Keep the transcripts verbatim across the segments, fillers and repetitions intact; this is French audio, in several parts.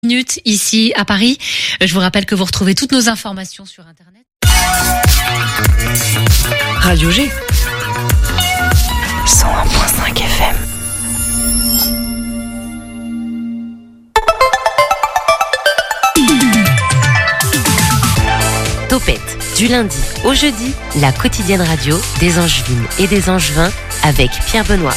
Minutes ici à Paris. Je vous rappelle que vous retrouvez toutes nos informations sur Internet. Radio G. cent un virgule cinq F M. Topette, du lundi au jeudi, la quotidienne radio des Angevines et des Angevins avec Pierre Benoît.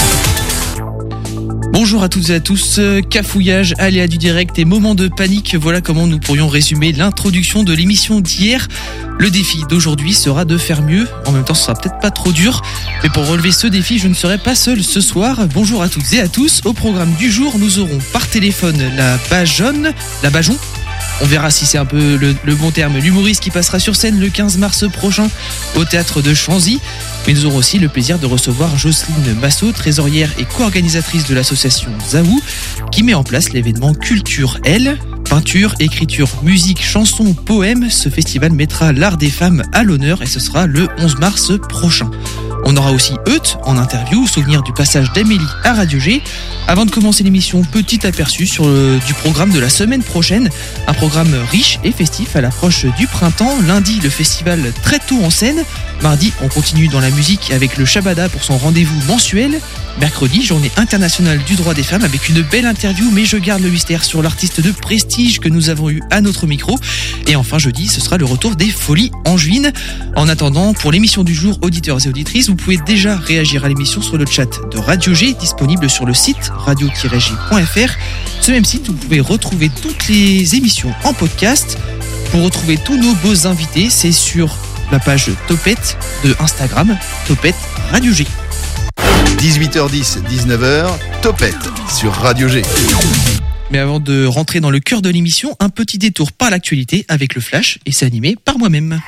Bonjour à toutes et à tous, cafouillage, aléas du direct et moments de panique, voilà comment nous pourrions résumer l'introduction de l'émission d'hier. Le défi d'aujourd'hui sera de faire mieux, en même temps ce sera peut-être pas trop dur, mais pour relever ce défi je ne serai pas seul ce soir. Bonjour à toutes et à tous, au programme du jour nous aurons par téléphone la Bajonne, la Bajon. On verra si c'est un peu le, le bon terme. L'humoriste qui passera sur scène le quinze mars prochain au théâtre de Chanzy. Mais nous aurons aussi le plaisir de recevoir Jocelyne Massot, trésorière et co-organisatrice de l'association Zaou, qui met en place l'événement Culture L. Peinture, écriture, musique, chansons, poèmes. Ce festival mettra l'art des femmes à l'honneur et ce sera le onze mars prochain. On aura aussi Euth en interview, souvenir du passage d'Amélie à Radio G. Avant de commencer l'émission, petit aperçu sur le, du programme de la semaine prochaine. Un programme riche et festif à l'approche du printemps. Lundi, le festival Très tôt en scène. Mardi, on continue dans la musique avec le Shabada pour son rendez-vous mensuel. Mercredi, journée internationale du droit des femmes avec une belle interview, mais je garde le mystère sur l'artiste de prestige que nous avons eu à notre micro. Et enfin, jeudi, ce sera le retour des Folies Angevines. En attendant, pour l'émission du jour, auditeurs et auditrices, vous pouvez déjà réagir à l'émission sur le chat de Radio G, disponible sur le site radio tiret g point f r. Ce même site, vous pouvez retrouver toutes les émissions en podcast. Pour retrouver tous nos beaux invités, c'est sur la page Topette de Instagram, Topette Radio G. dix-huit heures dix, dix-neuf heures, Topette sur Radio G. Mais avant de rentrer dans le cœur de l'émission, un petit détour par l'actualité avec le Flash et c'est animé par moi-même.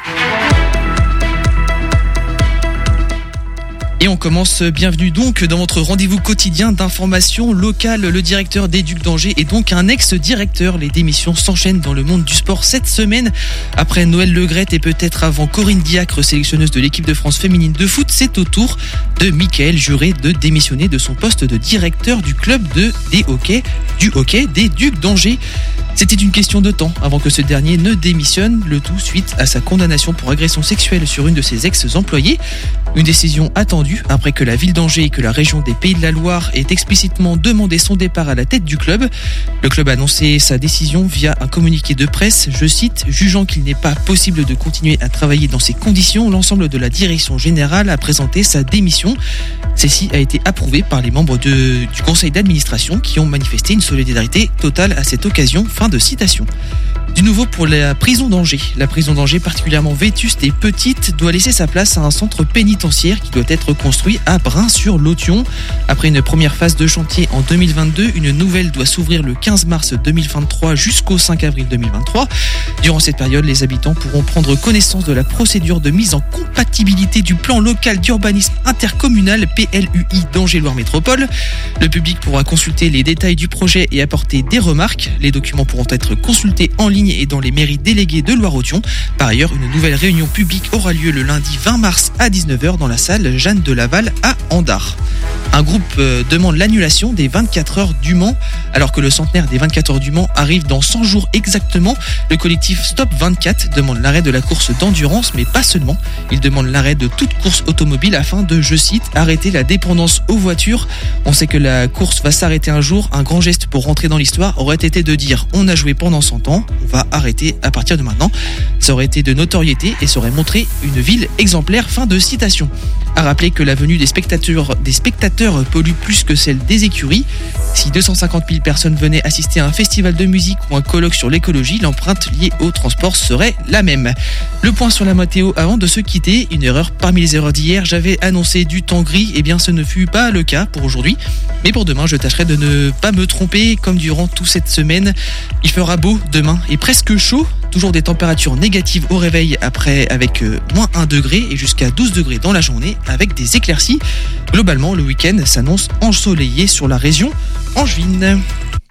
Et on commence, bienvenue donc dans votre rendez-vous quotidien d'information locale. Le directeur des Ducs d'Angers est donc un ex-directeur. Les démissions s'enchaînent dans le monde du sport cette semaine. Après Noël Le Graët et peut-être avant Corinne Diacre, sélectionneuse de l'équipe de France féminine de foot, c'est au tour de Mickaël Juré de démissionner de son poste de directeur du club de des hockey, du hockey des Ducs d'Angers. C'était une question de temps avant que ce dernier ne démissionne, le tout suite à sa condamnation pour agression sexuelle sur une de ses ex-employées. Une décision attendue après que la ville d'Angers et que la région des Pays de la Loire aient explicitement demandé son départ à la tête du club. Le club a annoncé sa décision via un communiqué de presse, je cite, « Jugeant qu'il n'est pas possible de continuer à travailler dans ces conditions, l'ensemble de la direction générale a présenté sa démission. Celle-ci a été approuvée par les membres de, du conseil d'administration qui ont manifesté une solidarité totale à cette occasion. » Fin de citation. Du nouveau pour la prison d'Angers. La prison d'Angers, particulièrement vétuste et petite, doit laisser sa place à un centre pénitentiaire qui doit être construit à Brain-sur-Lotion. Après une première phase de chantier en deux mille vingt-deux, une nouvelle doit s'ouvrir le quinze mars deux mille vingt-trois jusqu'au cinq avril deux mille vingt-trois. Durant cette période, les habitants pourront prendre connaissance de la procédure de mise en compatibilité du plan local d'urbanisme intercommunal P L U I d'Angers-Loire Métropole. Le public pourra consulter les détails du projet et apporter des remarques. Les documents pourront être consultés en ligne et dans les mairies déléguées de Loire-Othion. Par ailleurs, une nouvelle réunion publique aura lieu le lundi vingt mars à dix-neuf heures dans la salle Jeanne de Laval à Andars. Un groupe euh, demande l'annulation des vingt-quatre heures du Mans. Alors que le centenaire des vingt-quatre heures du Mans arrive dans cent jours exactement, le collectif Stop vingt-quatre demande l'arrêt de la course d'endurance, mais pas seulement. Il demande l'arrêt de toute course automobile afin de, je cite, arrêter la dépendance aux voitures. On sait que la course va s'arrêter un jour. Un grand geste pour rentrer dans l'histoire aurait été de dire on a joué pendant cent ans, on va arrêter à partir de maintenant. Ça aurait été de notoriété et ça aurait montré une ville exemplaire. Fin de citation. À rappeler que la venue des spectateurs, des spectateurs pollue plus que celle des écuries. Si deux cent cinquante mille personnes venaient assister à un festival de musique ou un colloque sur l'écologie, l'empreinte liée au transport serait la même. Le point sur la météo avant de se quitter, une erreur parmi les erreurs d'hier, j'avais annoncé du temps gris, et bien ce ne fut pas le cas pour aujourd'hui. Mais pour demain, je tâcherai de ne pas me tromper comme durant toute cette semaine. Il fera beau demain et presque chaud. Toujours des températures négatives au réveil après avec euh, moins un degré et jusqu'à douze degrés dans la journée avec des éclaircies. Globalement, le week-end s'annonce ensoleillé sur la région angevine.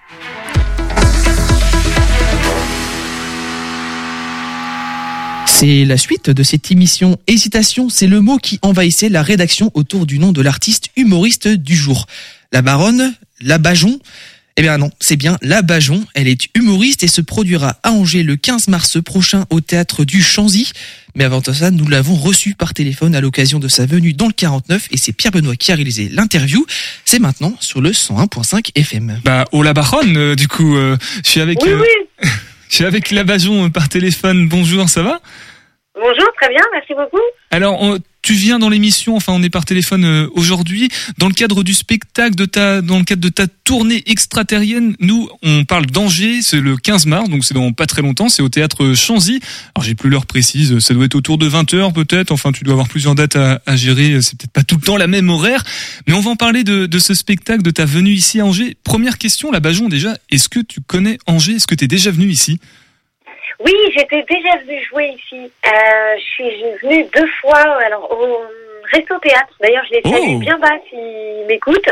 C'est la suite de cette émission. Hésitation, c'est le mot qui envahissait la rédaction autour du nom de l'artiste humoriste du jour. La Baronne, la Bajon. Eh bien non, c'est bien La Bajon. Elle est humoriste et se produira à Angers le quinze mars prochain au théâtre du Chanzy. Mais avant tout ça, nous l'avons reçue par téléphone à l'occasion de sa venue dans le quarante-neuf et c'est Pierre Benoît qui a réalisé l'interview. C'est maintenant sur le cent un virgule cinq F M. Bah, au La Baronne, euh, du coup, euh, je suis avec, Oui, euh, oui. je suis avec La Bajon euh, par téléphone. Bonjour, ça va? Bonjour, très bien, merci beaucoup. Alors, on, tu viens dans l'émission, enfin, on est par téléphone euh, aujourd'hui, dans le cadre du spectacle de ta, dans le cadre de ta tournée extraterrienne. Nous, on parle d'Angers, c'est le quinze mars, donc c'est dans pas très longtemps, c'est au théâtre Chanzy. Alors, j'ai plus l'heure précise, ça doit être autour de vingt heures peut-être, enfin, tu dois avoir plusieurs dates à, à gérer, c'est peut-être pas tout le temps la même horaire, mais on va en parler de, de ce spectacle, de ta venue ici à Angers. Première question, La Bajon, déjà, est-ce que tu connais Angers? Est-ce que tu es déjà venu ici? Oui, j'étais déjà venue jouer ici. Euh, je suis venue deux fois alors, au Resto Théâtre. D'ailleurs, je les salue Oh. bien bas s'ils m'écoutent.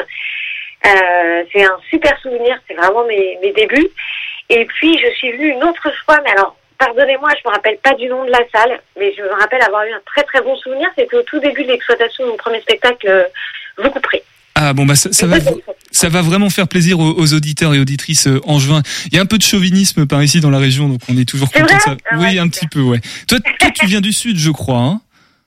Euh, c'est un super souvenir, c'est vraiment mes, mes débuts. Et puis, je suis venue une autre fois, mais alors, pardonnez-moi, je me rappelle pas du nom de la salle, mais je me rappelle avoir eu un très très bon souvenir. C'était au tout début de l'exploitation de mon premier spectacle, euh, Vous couperez. Ah bon, bah ça, ça va, ça va vraiment faire plaisir aux, aux auditeurs et auditrices euh, angevins. Il y a un peu de chauvinisme par ici dans la région, donc on est toujours C'est content de vrai ça. Ah Oui, ouais, un super. petit peu, ouais. Toi, toi, tu viens du sud, je crois, hein?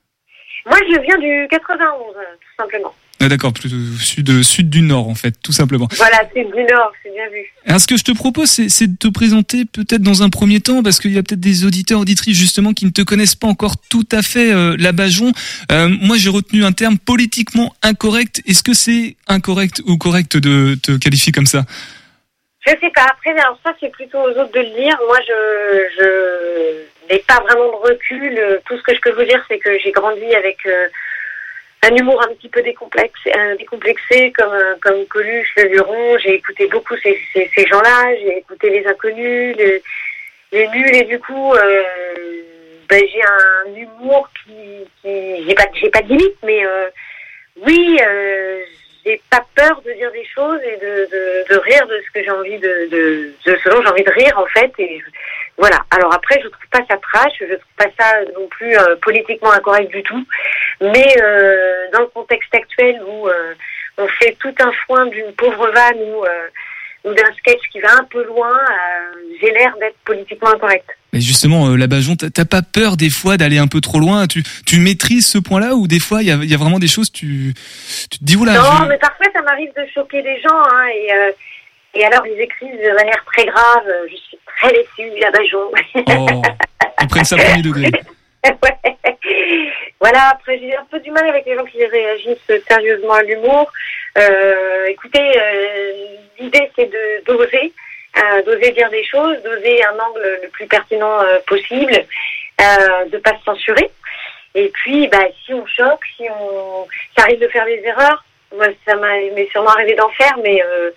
Moi, je viens du quatre-vingt-onze, euh, tout simplement. Ah, d'accord, plutôt sud, sud du nord, en fait, tout simplement. Voilà, c'est du Nord, c'est bien vu. Alors, ce que je te propose, c'est, c'est de te présenter peut-être dans un premier temps, parce qu'il y a peut-être des auditeurs, auditrices, justement, qui ne te connaissent pas encore tout à fait, euh, La Bajon. Euh, moi, j'ai retenu un terme politiquement incorrect. Est-ce que c'est incorrect ou correct de te qualifier comme ça? Je sais pas. Après, alors ça, c'est plutôt aux autres de le dire. Moi, je, je n'ai pas vraiment de recul. Tout ce que je peux vous dire, c'est que j'ai grandi avec euh, un humour un petit peu décomplexé, euh, décomplexé comme euh, comme Coluche, Le Luron. J'ai écouté beaucoup ces, ces, ces gens-là. J'ai écouté les inconnus, les, les nuls, et du coup, euh, ben, j'ai un humour qui, qui j'ai pas j'ai pas de limite, mais euh, oui. Euh, j'ai pas peur de dire des choses et de, de, de rire de ce que j'ai envie de, de, de ce dont j'ai envie de rire, en fait. Et voilà. Alors après, je trouve pas ça trash, je trouve pas ça non plus euh, politiquement incorrect du tout. Mais euh, dans le contexte actuel où euh, on fait tout un foin d'une pauvre vanne ou, euh, ou d'un sketch qui va un peu loin, euh, j'ai l'air d'être politiquement incorrect. Mais justement, euh, La Bajon, t'as, t'as pas peur des fois d'aller un peu trop loin? Tu, tu maîtrises ce point-là ou des fois il y a, y a vraiment des choses tu, tu te dis oula. Non, je... mais parfois ça m'arrive de choquer les gens, hein, et euh, et alors ils écrivent de manière très grave. euh, Je suis très déçue, La Bajon. Oh, ils prennent ça premier degré. Ouais. Voilà. Après, j'ai un peu du mal avec les gens qui réagissent sérieusement à l'humour. Euh, écoutez, euh, l'idée c'est de d'oser. Euh, d'oser dire des choses, d'oser un angle le plus pertinent euh, possible, euh, de pas se censurer. Et puis, bah, si on choque, si on, ça arrive de faire des erreurs, moi, ça m'a, m'est sûrement arrivé d'en faire, mais euh,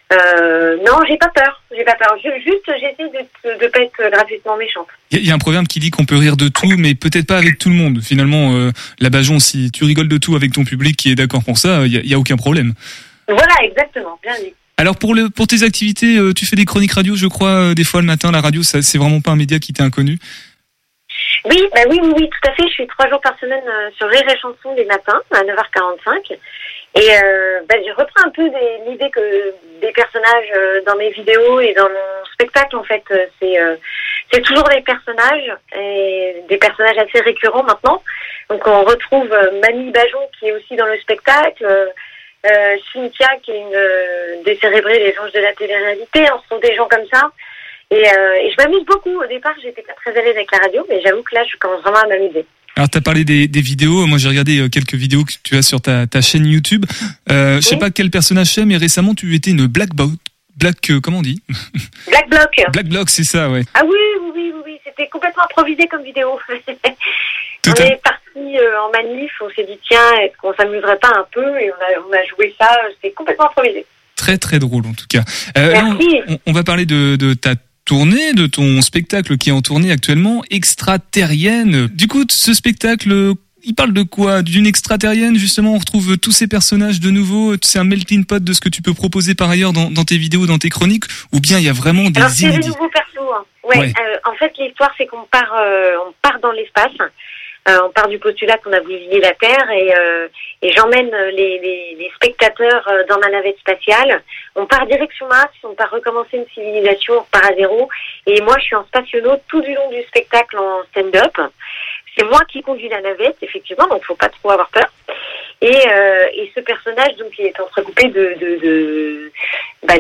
euh, non, j'ai pas peur, j'ai pas peur. Je, juste, j'essaie de, de pas être gratuitement méchante. Il y, y a un proverbe qui dit qu'on peut rire de tout, mais peut-être pas avec tout le monde. Finalement, euh, La Bajon, si tu rigoles de tout avec ton public qui est d'accord pour ça, il y, y a aucun problème. Voilà, exactement, bien dit. Alors pour le pour tes activités, euh, tu fais des chroniques radio, je crois, euh, des fois le matin. La radio, ça, c'est vraiment pas un média qui t'est inconnu. Oui, bah oui, oui, oui, tout à fait. Je suis trois jours par semaine euh, sur Rire et Chanson les matins à neuf heures quarante-cinq. Et euh, bah, je reprends un peu des, l'idée que des personnages euh, dans mes vidéos et dans mon spectacle, en fait, euh, c'est euh, c'est toujours des personnages, et des personnages assez récurrents maintenant. Donc on retrouve euh, Mamie Bajon qui est aussi dans le spectacle. Euh, Euh, Cynthia qui est une euh, décérébrée des anges de la télé-réalité, ce sont des gens comme ça et, euh, et je m'amuse beaucoup. Au départ j'étais pas très à l'aise avec la radio, mais j'avoue que là je commence vraiment à m'amuser. Alors t'as parlé des, des vidéos, moi j'ai regardé euh, quelques vidéos que tu as sur ta, ta chaîne YouTube. Euh, je sais Oui. pas quel personnage c'est, mais récemment tu étais une black bot, black euh, comment on dit? Black Bloc. Black bloc, c'est ça, ouais. Ah oui, oui, oui, oui, oui, c'était complètement improvisé comme vidéo. Tout on à- est parti euh, en manif, on s'est dit tiens, est-ce qu'on s'amuserait pas un peu, et on a, on a joué ça, c'était complètement improvisé. Très très drôle en tout cas. Euh, là, Merci. on, on va parler de, de ta tournée, de ton spectacle qui est en tournée actuellement, extraterrienne. Du coup, ce spectacle, il parle de quoi? D'une extraterrienne, justement, on retrouve tous ces personnages de nouveau, c'est un melting pot de ce que tu peux proposer par ailleurs dans, dans tes vidéos, dans tes chroniques, ou bien il y a vraiment des Alors c'est des inédits? nouveaux persos. Hein. Ouais. Ouais. Euh, en fait, l'histoire c'est qu'on part, euh, on part dans l'espace Euh, on part du postulat qu'on a bousillé la Terre et, euh, et j'emmène les, les, les spectateurs dans ma navette spatiale. On part direction Mars, on part recommencer une civilisation, on part à zéro. Et moi, je suis en spationaute tout du long du spectacle en stand-up. C'est moi qui conduis la navette, effectivement, donc faut pas trop avoir peur. Et, euh, et ce personnage, donc, il est entrecoupé de de de, bah,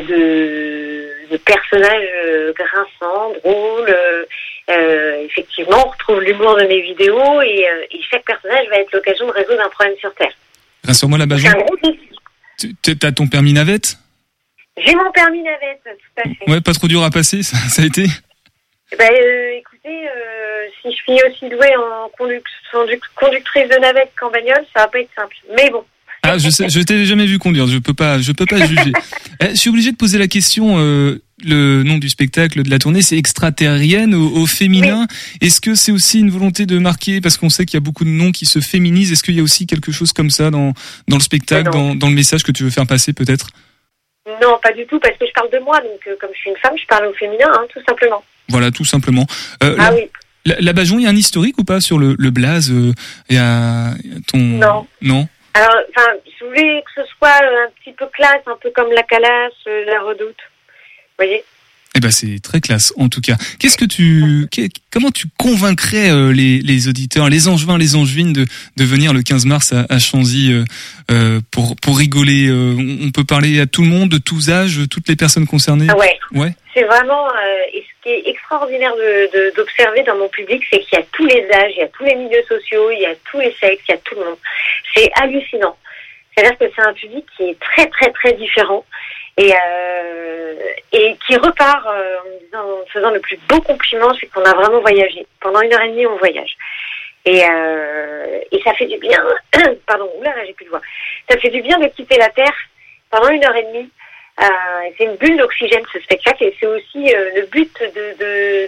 de, de personnages euh, grinçants, drôles. Euh, euh, effectivement, on retrouve l'humour de mes vidéos et, euh, et chaque personnage va être l'occasion de résoudre un problème sur Terre. Rassure-moi, la Bajon. C'est un gros défi. Tu as ton permis navette? J'ai mon permis navette, tout à fait. Ouais, pas trop dur à passer, ça, ça a été? Bah, euh, écoutez, euh, si je suis aussi douée en conduc- conductrice de navette qu'en bagnole, ça va pas être simple. Mais bon. Ah, je sais, je t'ai jamais vu conduire, je peux pas, je peux pas juger. Eh, je suis obligé de poser la question. Euh, le nom du spectacle, de la tournée, c'est extraterrienne au, au féminin. Oui. Est-ce que c'est aussi une volonté de marquer, parce qu'on sait qu'il y a beaucoup de noms qui se féminisent. Est-ce qu'il y a aussi quelque chose comme ça dans dans le spectacle, dans, dans le message que tu veux faire passer, peut-être? Non, pas du tout, parce que je parle de moi. Donc, euh, comme je suis une femme, je parle au féminin, hein, tout simplement. Voilà, tout simplement. Euh, ah la, oui. La, la Bajon, il y a un historique ou pas sur le, le blaze? Il y a ton... Non. Non. Alors, enfin, je voulais que ce soit un petit peu classe, un peu comme la Calasse, la Redoute. Vous voyez? Eh ben, c'est très classe, en tout cas. Qu'est-ce que tu, comment tu convaincrais euh, les, les auditeurs, les Angevins, les Angevines de, de venir le quinze mars à, à Chanzy euh, euh, pour, pour rigoler? euh, On peut parler à tout le monde, de tous âges, toutes les personnes concernées? Ah ouais. Ouais. C'est vraiment, euh, et ce qui est extraordinaire de, de, d'observer dans mon public, c'est qu'il y a tous les âges, il y a tous les milieux sociaux, il y a tous les sexes, il y a tout le monde. C'est hallucinant. C'est-à-dire que c'est un public qui est très très très différent et euh, et qui repart euh, en, disant, en faisant le plus beau compliment, c'est qu'on a vraiment voyagé. Pendant une heure et demie, on voyage. Et euh, et ça fait du bien. Pardon, oula, là j'ai plus de voix. Ça fait du bien de quitter la Terre pendant une heure et demie. Euh, c'est une bulle d'oxygène, ce spectacle, et c'est aussi euh, le but de de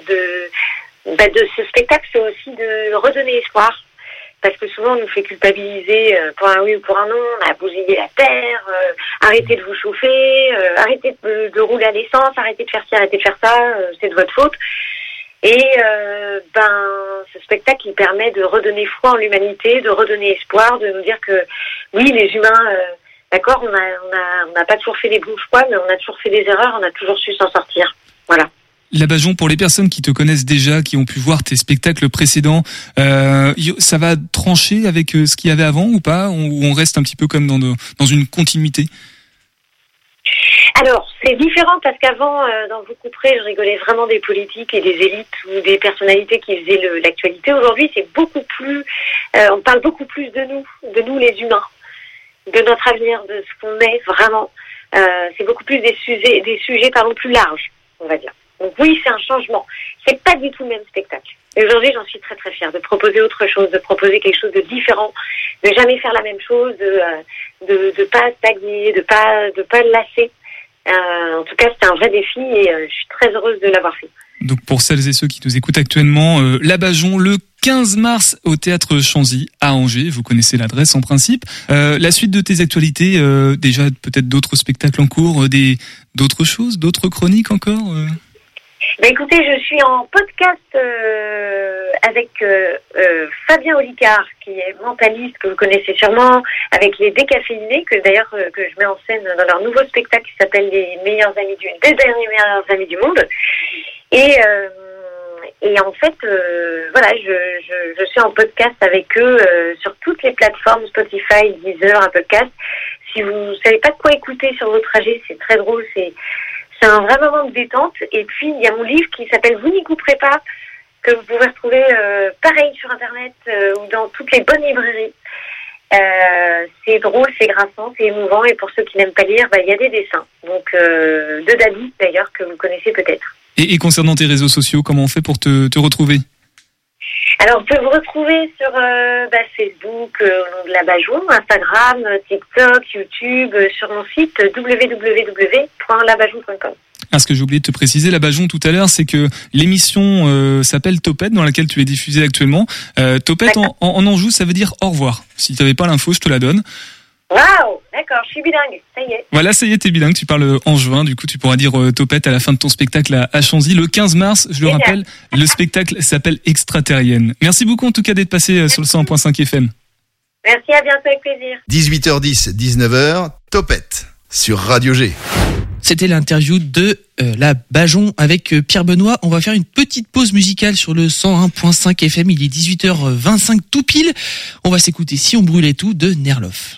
de, bah, de ce spectacle, c'est aussi de redonner espoir. Parce que souvent, on nous fait culpabiliser euh, pour un oui ou pour un non, on a bousillé la terre, euh, arrêtez de vous chauffer, euh, arrêtez de, de rouler à l'essence, arrêtez de faire ci, arrêtez de faire ça, euh, c'est de votre faute. Et euh, ben, ce spectacle, il permet de redonner foi en l'humanité, de redonner espoir, de nous dire que oui, les humains, euh, d'accord, on a, on a, on n'a pas toujours fait les bons choix, mais on a toujours fait des erreurs, on a toujours su s'en sortir. Voilà. La Bajon, pour les personnes qui te connaissent déjà, qui ont pu voir tes spectacles précédents, euh, ça va trancher avec ce qu'il y avait avant ou pas? Ou on reste un petit peu comme dans, de, dans une continuité? Alors, c'est différent parce qu'avant, euh, dans Vous couperez, je rigolais vraiment des politiques et des élites ou des personnalités qui faisaient le, l'actualité. Aujourd'hui, c'est beaucoup plus... Euh, on parle beaucoup plus de nous, de nous les humains, de notre avenir, de ce qu'on est vraiment. Euh, c'est beaucoup plus des sujets, des sujets pardon, plus larges, on va dire. Donc oui, c'est un changement. C'est pas du tout le même spectacle. Et aujourd'hui, j'en suis très très fière de proposer autre chose, de proposer quelque chose de différent, de jamais faire la même chose, de euh, de, de pas stagner, de pas de pas lasser. Euh, en tout cas, c'était un vrai défi et euh, je suis très heureuse de l'avoir fait. Donc pour celles et ceux qui nous écoutent actuellement, euh, La Bajon le quinze mars au Théâtre Chanzy à Angers. Vous connaissez l'adresse en principe. Euh, la suite de tes actualités, euh, déjà peut-être d'autres spectacles en cours, euh, des d'autres choses, d'autres chroniques encore. Euh... Ben écoutez, je suis en podcast euh, avec euh, euh, Fabien Olicard, qui est mentaliste, que vous connaissez sûrement, avec les Décaféinés, que d'ailleurs euh, que je mets en scène dans leur nouveau spectacle qui s'appelle Les meilleurs amis du, les derniers meilleurs amis du monde. Et euh, et en fait, euh, voilà, je, je je suis en podcast avec eux euh, sur toutes les plateformes Spotify, Deezer, Apple Podcast. Si vous savez pas de quoi écouter sur votre trajet, c'est très drôle, c'est C'est un vrai moment de détente. Et puis, il y a mon livre qui s'appelle Vous n'y couperez pas, que vous pouvez retrouver euh, pareil sur Internet euh, ou dans toutes les bonnes librairies. Euh, c'est drôle, c'est grinçant, c'est émouvant. Et pour ceux qui n'aiment pas lire, bah, il y a des dessins. Donc, euh, de Dali, d'ailleurs, que vous connaissez peut-être. Et, et concernant tes réseaux sociaux, comment on fait pour te, te retrouver? Alors, vous pouvez vous retrouver sur euh, bah, Facebook, euh, au nom de La Bajon, Instagram, TikTok, YouTube, euh, sur mon site w w w point la bajon point com. Ah, ce que j'ai oublié de te préciser, La Bajon tout à l'heure, c'est que l'émission euh, s'appelle Topette, dans laquelle tu es diffusé actuellement. Euh, Topette en, en, en Anjou, ça veut dire au revoir. Si tu n'avais pas l'info, je te la donne. Waouh, d'accord, je suis bilingue, ça y est. Voilà, ça y est, t'es bilingue, tu parles angevin, du coup tu pourras dire euh, topette à la fin de ton spectacle à, à Chanzy le quinze mars, je le Génial. rappelle, le spectacle s'appelle Extraterrienne. Merci beaucoup en tout cas d'être passé euh, sur le cent un virgule cinq F M. Merci, à bientôt, avec plaisir. dix-huit heures dix, dix-neuf heures, Topette sur Radio G. C'était l'interview de euh, la Bajon avec euh, Pierre Benoît. On va faire une petite pause musicale sur le cent un virgule cinq F M. Il est dix-huit heures vingt-cinq tout pile. On va s'écouter Si on brûlait tout de Nerloff.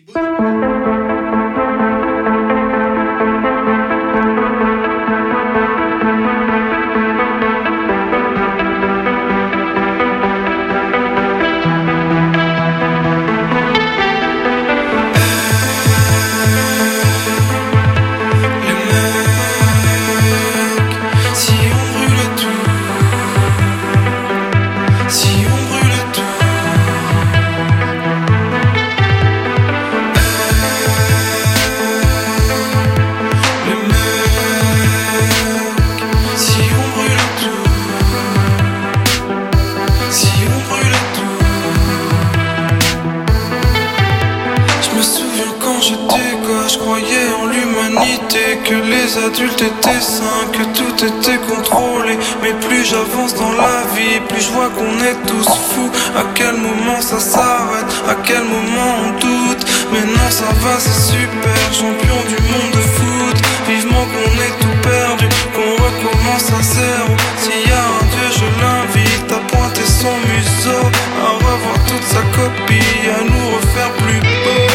Que les adultes étaient sains, que tout était contrôlé. Mais plus j'avance dans la vie, plus je vois qu'on est tous fous. À quel moment ça s'arrête, à quel moment on doute. Mais non, ça va, c'est super, champion du monde de foot. Vivement qu'on ait tout perdu, qu'on recommence à zéro. S'il y a un Dieu, je l'invite à pointer son museau, à revoir toute sa copie, à nous refaire plus beau.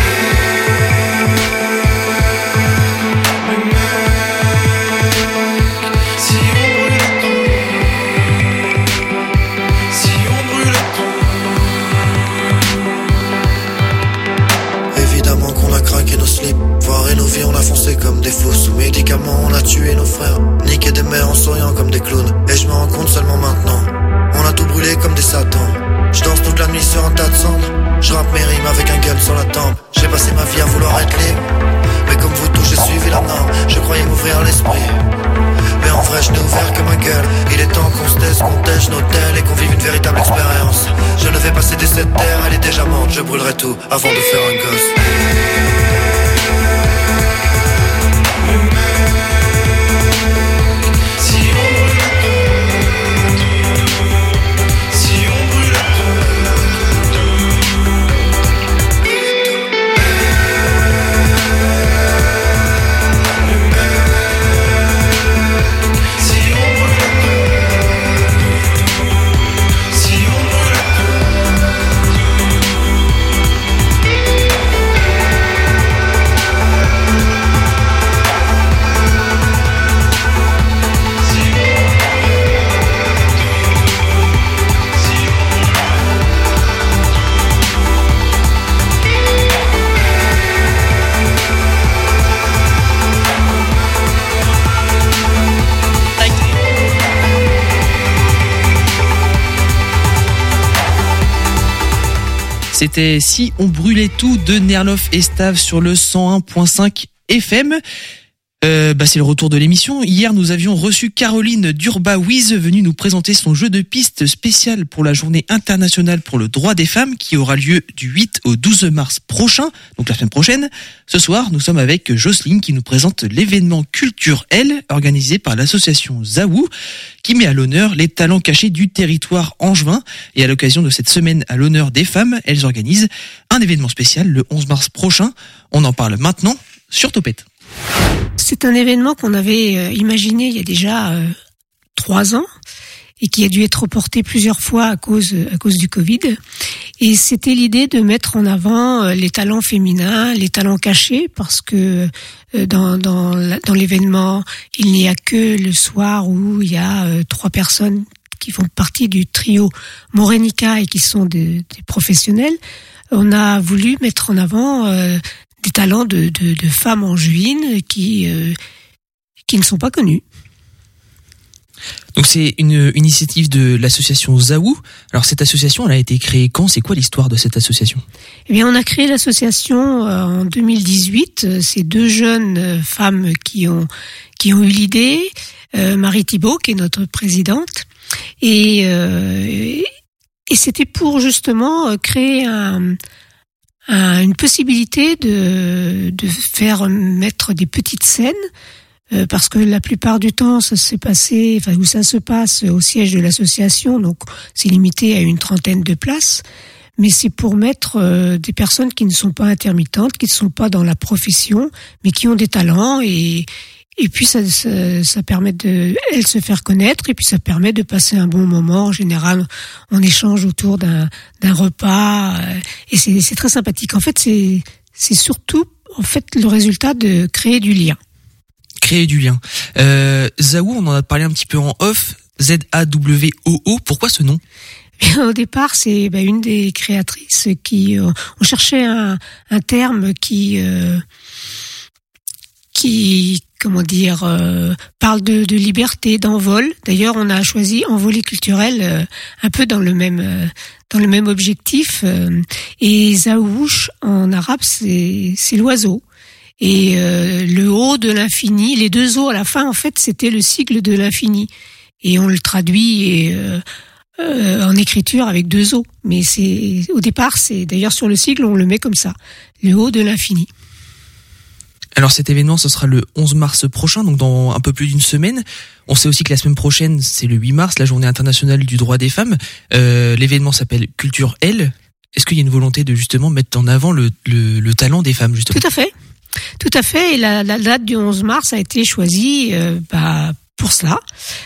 Voir et nos vies on a foncé comme des fous. Sous médicaments on a tué nos frères, niqué des mères en souriant comme des clowns. Et je me rends compte seulement maintenant, on a tout brûlé comme des satans. Je danse toute la nuit sur un tas de cendres, je rappe mes rimes avec un gun sur la tempe. J'ai passé ma vie à vouloir être libre, mais comme vous tous j'ai suivi la norme. Je croyais m'ouvrir l'esprit, mais en vrai je n'ai ouvert que ma gueule. Il est temps qu'on se taise, qu'on tèche nos tels et qu'on vive une véritable expérience. Je ne vais pas céder cette terre, elle est déjà morte. Je brûlerai tout avant de faire un gosse. C'était Si on brûlait tout de Nerloff et Stav sur le cent un virgule cinq F M. Euh, bah c'est le retour de l'émission. Hier, nous avions reçu Caroline Durba-Wiz, venue nous présenter son jeu de piste spécial pour la journée internationale pour le droit des femmes qui aura lieu du huit au douze mars prochain, donc la semaine prochaine. Ce soir, nous sommes avec Jocelyne qui nous présente l'événement Culture L, organisé par l'association Zaou, qui met à l'honneur les talents cachés du territoire angevin. Et à l'occasion de cette semaine à l'honneur des femmes, elles organisent un événement spécial le onze mars prochain. On en parle maintenant sur Topette. C'est un événement qu'on avait imaginé il y a déjà euh, trois ans et qui a dû être reporté plusieurs fois à cause à cause du Covid. Et c'était l'idée de mettre en avant euh, les talents féminins, les talents cachés, parce que euh, dans dans dans l'événement, il n'y a que le soir où il y a euh, trois personnes qui font partie du trio Morenica et qui sont des, des professionnels. On a voulu mettre en avant euh, des talents de, de, de femmes angevines qui, euh, qui ne sont pas connues. Donc c'est une initiative de l'association Zaou. Alors cette association, elle a été créée quand ? C'est quoi l'histoire de cette association ? Eh bien, on a créé l'association euh, en deux mille dix-huit. C'est deux jeunes femmes qui ont qui ont eu l'idée. Euh, Marie Thibault, qui est notre présidente, et euh, et c'était pour justement créer un un, une possibilité de, de faire mettre des petites scènes, euh, parce que la plupart du temps, ça s'est passé, enfin, où ça se passe au siège de l'association, donc c'est limité à une trentaine de places. Mais c'est pour mettre euh, des personnes qui ne sont pas intermittentes, qui ne sont pas dans la profession, mais qui ont des talents et et puis ça, ça, ça permet de elles se faire connaître et puis ça permet de passer un bon moment. En général, on échange autour d'un d'un repas euh, et c'est c'est très sympathique. En fait, c'est c'est surtout en fait le résultat de créer du lien. Créer du lien. Euh, Zaou, on en a parlé un petit peu en off. Z A W O O. Pourquoi ce nom? Au départ, c'est bah, une des créatrices qui euh, on cherchait un, un terme qui euh, qui comment dire euh, parle de, de liberté, d'envol. D'ailleurs, on a choisi envolée culturelle euh, un peu dans le même euh, dans le même objectif. Euh, et Zaouch en arabe, c'est c'est l'oiseau. Et euh, le haut de l'infini, les deux O à la fin, en fait, c'était le sigle de l'infini. Et on le traduit et euh, Euh, en écriture avec deux O, mais c'est au départ, c'est d'ailleurs sur le sigle on le met comme ça, le haut de l'infini. Alors cet événement, ce sera le onze mars prochain, donc dans un peu plus d'une semaine. On sait aussi que la semaine prochaine, c'est le huit mars, la journée internationale du droit des femmes. Euh, l'événement s'appelle Culture L. Est-ce qu'il y a une volonté de justement mettre en avant le, le, le talent des femmes justement? Tout à fait, tout à fait. Et la, la date du onze mars a été choisie euh, bah, pour cela.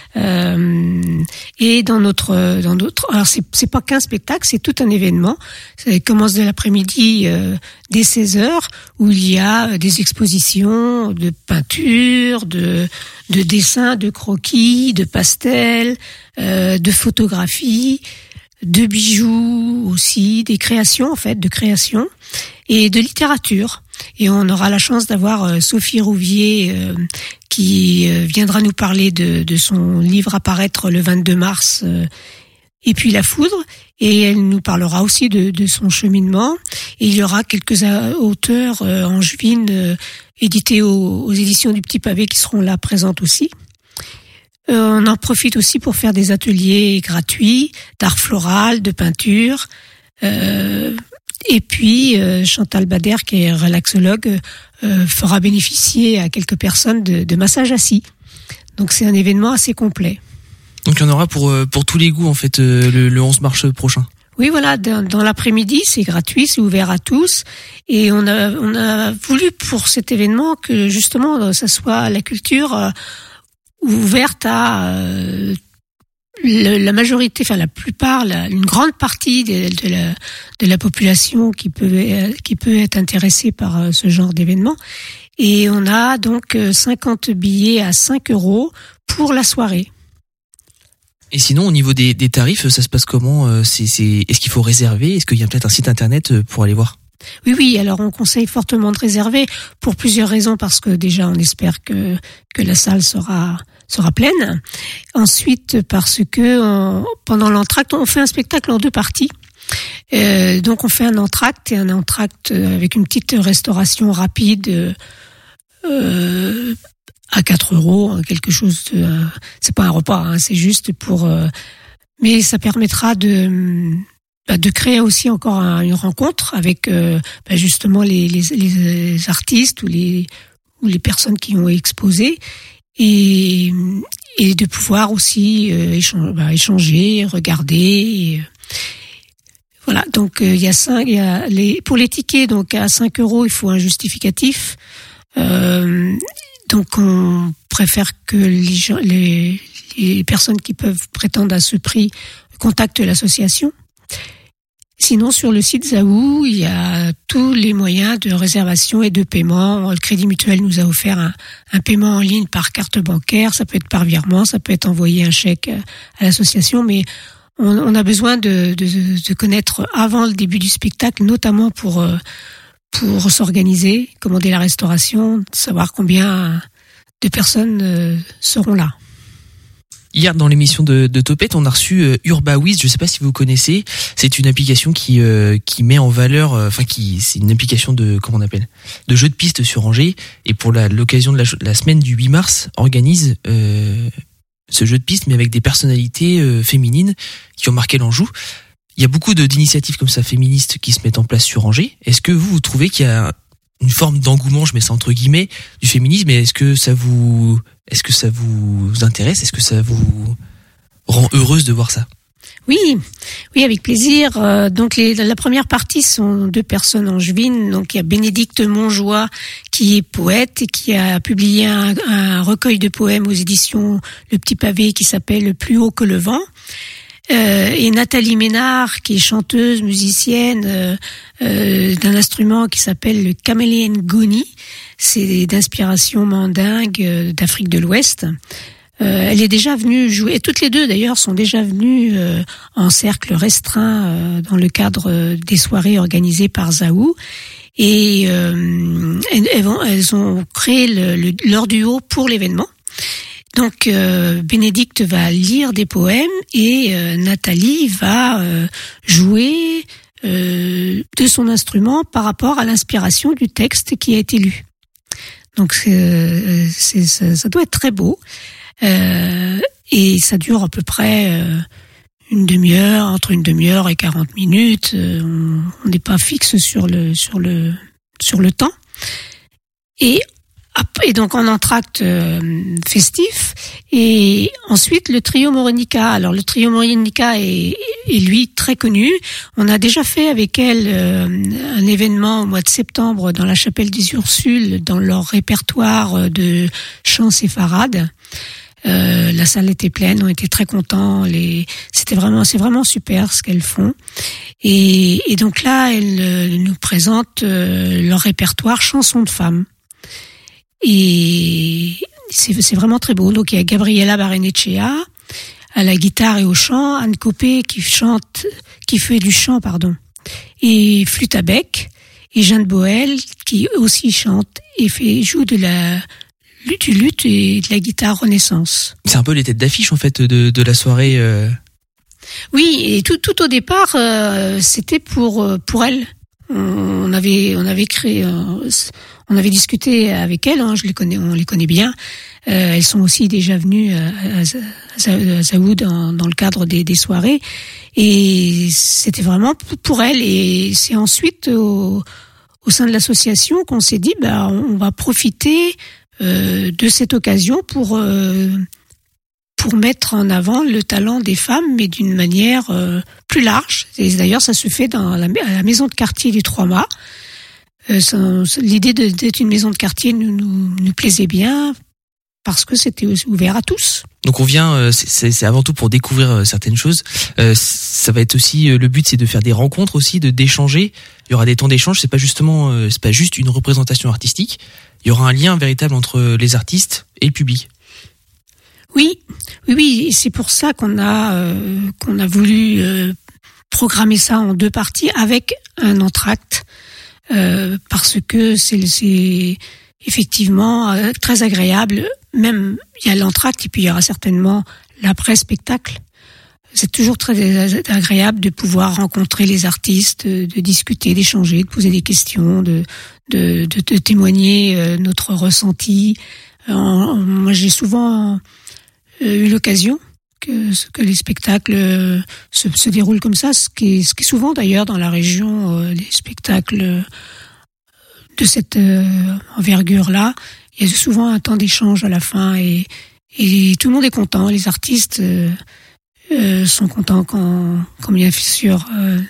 Euh, et dans notre, dans d'autres, alors c'est, c'est pas qu'un spectacle, c'est tout un événement. Ça commence dès l'après-midi, euh, dès seize heures, où il y a des expositions de peinture, de, de dessins, de croquis, de pastels, euh, de photographies, de bijoux aussi, des créations en fait, de créations et de littérature. Et on aura la chance d'avoir euh, Sophie Rouvier euh, qui euh, viendra nous parler de, de son livre à paraître le vingt-deux mars, euh, et puis La Foudre. Et elle nous parlera aussi de, de son cheminement. Et il y aura quelques auteurs euh, angevines euh, édités aux, aux éditions du Petit Pavé qui seront là présentes aussi. Euh, on en profite aussi pour faire des ateliers gratuits d'art floral, de peinture. Euh, et puis euh, Chantal Bader, qui est relaxologue, euh, fera bénéficier à quelques personnes de, de massage assis. Donc c'est un événement assez complet. Donc il y en aura pour pour tous les goûts en fait euh, le, le onze mars prochain. Oui, voilà, dans, dans l'après-midi, c'est gratuit, c'est ouvert à tous, et on a on a voulu pour cet événement que justement ça soit la culture euh, ouverte à euh, le, la majorité, enfin la plupart, la, une grande partie de, de la de la population qui peut qui peut être intéressée par euh, ce genre d'événement. Et on a donc cinquante billets à cinq euros pour la soirée. Et sinon, au niveau des, des tarifs, ça se passe comment? c'est, c'est, Est-ce qu'il faut réserver? Est-ce qu'il y a peut-être un site internet pour aller voir? Oui, oui. Alors, on conseille fortement de réserver pour plusieurs raisons, parce que déjà, on espère que que la salle sera sera pleine. Ensuite, parce que on, pendant l'entracte, on fait un spectacle en deux parties. Euh, donc, on fait un entracte et un entracte avec une petite restauration rapide. Euh, à quatre euros, quelque chose de, euh, c'est pas un repas, hein, c'est juste pour, euh, mais ça permettra de, bah, de créer aussi encore un, une rencontre avec, euh, bah, justement les, les, les artistes ou les, ou les personnes qui ont exposé, et, et de pouvoir aussi euh, échanger, bah, échanger, regarder. Et, voilà. Donc, euh, il y a cinq, il y a les, pour les tickets, donc à cinq euros, il faut un justificatif. Euh, Donc, on préfère que les, gens, les, les personnes qui peuvent prétendre à ce prix contactent l'association. Sinon, sur le site Zaou, il y a tous les moyens de réservation et de paiement. Le Crédit Mutuel nous a offert un, un paiement en ligne par carte bancaire. Ça peut être par virement, ça peut être envoyer un chèque à l'association, mais on, on a besoin de, de, de connaître avant le début du spectacle, notamment pour... pour s'organiser, commander la restauration, savoir combien de personnes euh, seront là. Hier, dans l'émission de, de Topette, on a reçu euh, UrbaWiz. Je ne sais pas si vous connaissez. C'est une application qui euh, qui met en valeur, enfin euh, qui c'est une application de comment on appelle, de jeu de piste sur Angers. Et pour la, l'occasion de la, la semaine du huit mars, organise euh, ce jeu de piste, mais avec des personnalités euh, féminines qui ont marqué l'Anjou. il y a beaucoup de, d'initiatives comme ça féministes qui se mettent en place sur Angers. Est-ce que vous, vous trouvez qu'il y a une forme d'engouement, je mets ça entre guillemets, du féminisme, et est-ce que ça vous, est-ce que ça vous intéresse, est-ce que ça vous rend heureuse de voir ça? Oui, oui, avec plaisir. Euh, donc les, la première partie sont deux personnes angevines. Donc il y a Bénédicte Montjoie qui est poète et qui a publié un, un recueil de poèmes aux éditions Le Petit Pavé qui s'appelle Plus haut que le vent. Euh, et Nathalie Ménard qui est chanteuse, musicienne euh, euh, d'un instrument qui s'appelle le caméléen goni. C'est d'inspiration mandingue euh, d'Afrique de l'Ouest. Euh, elle est déjà venue jouer, et toutes les deux d'ailleurs sont déjà venues euh, en cercle restreint euh, dans le cadre euh, des soirées organisées par Zaou. Et euh, elles, elles, vont, elles ont créé le, le, leur duo pour l'événement. Donc euh, Bénédicte va lire des poèmes et euh, Nathalie va euh, jouer euh, de son instrument par rapport à l'inspiration du texte qui a été lu. Donc c'est, c'est, ça, ça doit être très beau. Euh, et ça dure à peu près euh, une demi-heure, entre une demi-heure et quarante minutes. Euh, on n'est pas fixe sur le sur le sur le temps. Et et donc en entracte euh, festif. Et ensuite le trio Morenica. Alors le trio Morenica est, est lui très connu. On a déjà fait avec elle euh, un événement au mois de septembre dans la chapelle des Ursules, dans leur répertoire de chants séfarades. Euh, la salle était pleine, on était très contents. Les, c'était vraiment, c'est vraiment super ce qu'elles font. Et, et donc là, elles euh, nous présentent euh, leur répertoire chansons de femmes. Et c'est, c'est vraiment très beau. Donc il y a Gabriela Barrenechea à la guitare et au chant, Anne Copé qui chante, qui fait du chant, pardon, et flûte à bec, et Jeanne Boel qui aussi chante et fait joue de la du luth et de la guitare Renaissance. C'est un peu les têtes d'affiche en fait de, de la soirée. Euh... Oui, et tout, tout au départ, euh, c'était pour pour elle. On avait on avait créé, on avait discuté avec elles. Hein, je les connais, on les connaît bien. Euh, elles sont aussi déjà venues à, à Zaou dans, dans le cadre des, des soirées, et c'était vraiment pour elles. Et c'est ensuite au, au sein de l'association qu'on s'est dit, bah, on va profiter Euh, de cette occasion pour euh, pour mettre en avant le talent des femmes, mais d'une manière euh, plus large. Et d'ailleurs, ça se fait dans la, à la maison de quartier du Trois-Mâts. Euh, ça, l'idée de, d'être une maison de quartier nous, nous, nous plaisait bien parce que c'était ouvert à tous. Donc on vient, euh, c'est, c'est avant tout pour découvrir euh, certaines choses. Euh, ça va être aussi euh, le but, c'est de faire des rencontres aussi, de d'échanger. Il y aura des temps d'échange. C'est pas justement, euh, c'est pas juste une représentation artistique. Il y aura un lien véritable entre les artistes et le public. Oui, oui, oui. Et c'est pour ça qu'on a euh, qu'on a voulu euh, programmer ça en deux parties avec un entracte euh, parce que c'est, c'est effectivement euh, très agréable. Même il y a l'entracte et puis il y aura certainement l'après-spectacle. C'est toujours très agréable de pouvoir rencontrer les artistes, de discuter, d'échanger, de poser des questions, de de, de, de témoigner euh, notre ressenti. Euh, moi, j'ai souvent euh, eu l'occasion que que les spectacles euh, se, se déroulent comme ça, ce qui est, ce qui est souvent d'ailleurs dans la région euh, les spectacles de cette euh, envergure-là. Il y a souvent un temps d'échange à la fin et et tout le monde est content. Les artistes euh, euh, sont contents quand, quand bien sûr euh,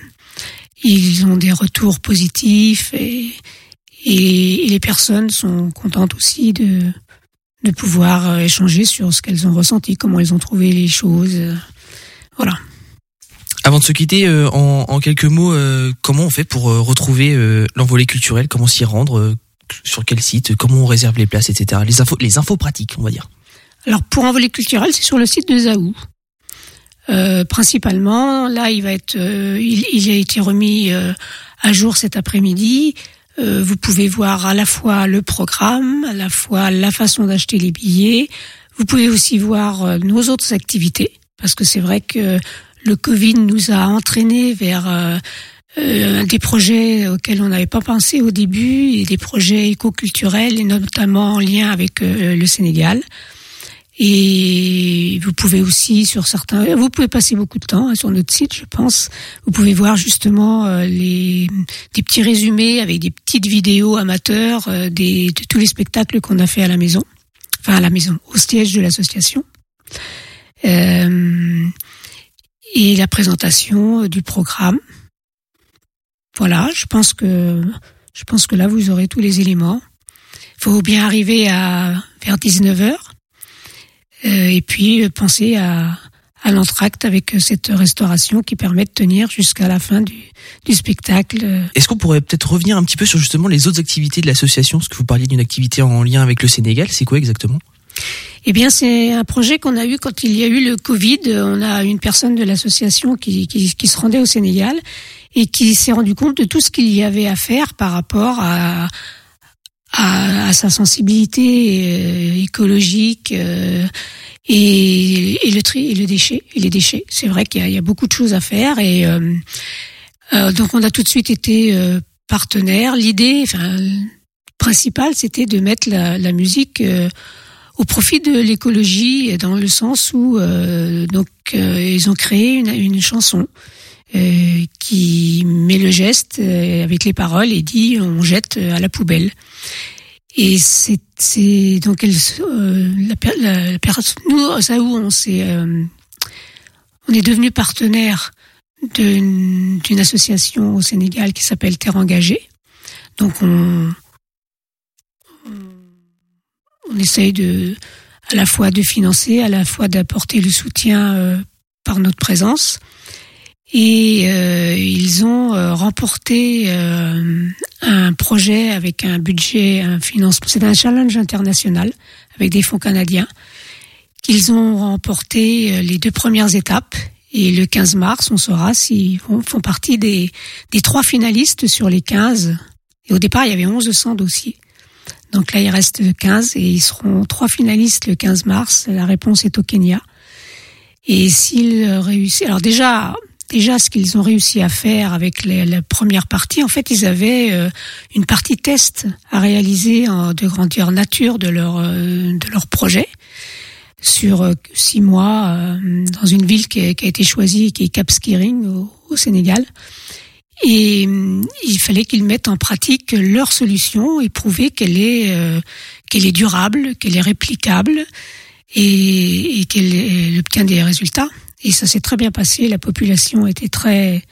ils ont des retours positifs et Et, et les personnes sont contentes aussi de de pouvoir échanger sur ce qu'elles ont ressenti, comment elles ont trouvé les choses. Voilà. Avant de se quitter, euh, en, en quelques mots, euh, comment on fait pour euh, retrouver euh, l'envolée culturelle? Comment s'y rendre? euh, Sur quel site? Comment on réserve les places, et cetera. Les infos, les infos pratiques, on va dire. Alors pour Envolée culturelle, c'est sur le site de Zaou. Euh, principalement, là, il va être, euh, il, il a été remis euh, à jour cet après-midi. Euh, vous pouvez voir à la fois le programme, à la fois la façon d'acheter les billets. Vous pouvez aussi voir euh, nos autres activités, parce que c'est vrai que le Covid nous a entraînés vers euh, euh, des projets auxquels on n'avait pas pensé au début, et des projets éco-culturels, et notamment en lien avec euh, le Sénégal. Et vous pouvez aussi sur certains, vous pouvez passer beaucoup de temps hein, sur notre site, je pense. Vous pouvez voir justement euh, les des petits résumés avec des petites vidéos amateurs euh, des de tous les spectacles qu'on a fait à la maison, enfin à la maison, au siège de l'association. Euh, et la présentation du programme. Voilà, je pense que je pense que là vous aurez tous les éléments. Il faut bien arriver à vers dix-neuf heures. Euh, et puis penser à, à l'entracte avec cette restauration qui permet de tenir jusqu'à la fin du, du spectacle. Est-ce qu'on pourrait peut-être revenir un petit peu sur justement les autres activités de l'association, parce que vous parliez d'une activité en lien avec le Sénégal, c'est quoi exactement ? Eh bien, c'est un projet qu'on a eu quand il y a eu le Covid. On a une personne de l'association qui, qui, qui se rendait au Sénégal et qui s'est rendu compte de tout ce qu'il y avait à faire par rapport à À, à sa sensibilité euh, écologique euh, et, et le tri et le déchet et les déchets. C'est vrai qu'il y a, il y a beaucoup de choses à faire et euh, euh, donc on a tout de suite été euh, partenaire. L'idée, enfin principale, c'était de mettre la, la musique euh, au profit de l'écologie, dans le sens où euh, donc euh, ils ont créé une, une chanson. Euh, qui met le geste euh, avec les paroles et dit on jette à la poubelle. Et c'est, c'est donc elle, euh, la, la, la nous ça où on s'est, euh, on est devenu partenaire d'une, d'une association au Sénégal qui s'appelle Terre Engagée. Donc on, on, on essaye de à la fois de financer, à la fois d'apporter le soutien euh, par notre présence. Et euh, ils ont euh, remporté euh, un projet avec un budget, un financement. C'est un challenge international avec des fonds canadiens qu'ils ont remporté euh, les deux premières étapes. Et le quinze mars, on saura s'ils font, font partie des, des trois finalistes sur les quinze. Et au départ, il y avait onze cents dossiers. Donc là, il reste quinze et ils seront trois finalistes le quinze mars. La réponse est au Kenya. Et s'ils réussissent... Alors déjà... Déjà, ce qu'ils ont réussi à faire avec les, la première partie, en fait, ils avaient euh, une partie test à réaliser en, de grandeur nature de leur euh, de leur projet sur euh, six mois euh, dans une ville qui a, qui a été choisie, qui est Cap Skirring au, au Sénégal. Et euh, il fallait qu'ils mettent en pratique leur solution et prouver qu'elle est euh, qu'elle est durable, qu'elle est réplicable et, et qu'elle, elle obtient des résultats. Et ça s'est très bien passé. La population était très,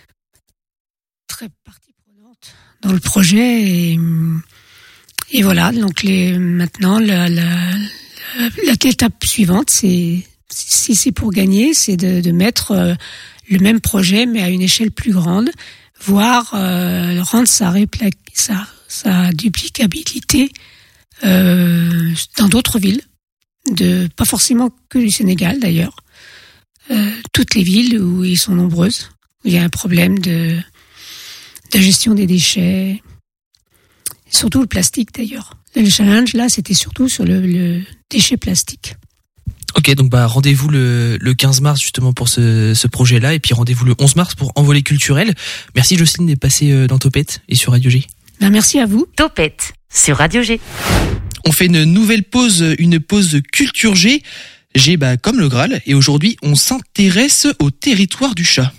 très partie prenante dans le projet. Et, et voilà. Donc les, maintenant, la, la, la, l'étape suivante, c'est, si c'est pour gagner, c'est de, de mettre le même projet, mais à une échelle plus grande, voire euh, rendre sa, répla- sa, sa duplicabilité euh, dans d'autres villes, de pas forcément que du Sénégal d'ailleurs. Euh, toutes les villes où ils sont nombreuses, où il y a un problème de, de gestion des déchets, surtout le plastique d'ailleurs. Le challenge là, c'était surtout sur le, le déchet plastique. Ok, donc bah rendez-vous le, le quinze mars justement pour ce, ce projet-là, et puis rendez-vous le onze mars pour Envolée culturelle. Merci Jocelyne d'être passée dans Topette et sur Radio G. Ben, merci à vous. Topette sur Radio G. On fait une nouvelle pause, une pause Culture G. G bah, comme le Graal, et aujourd'hui on s'intéresse au territoire du chat.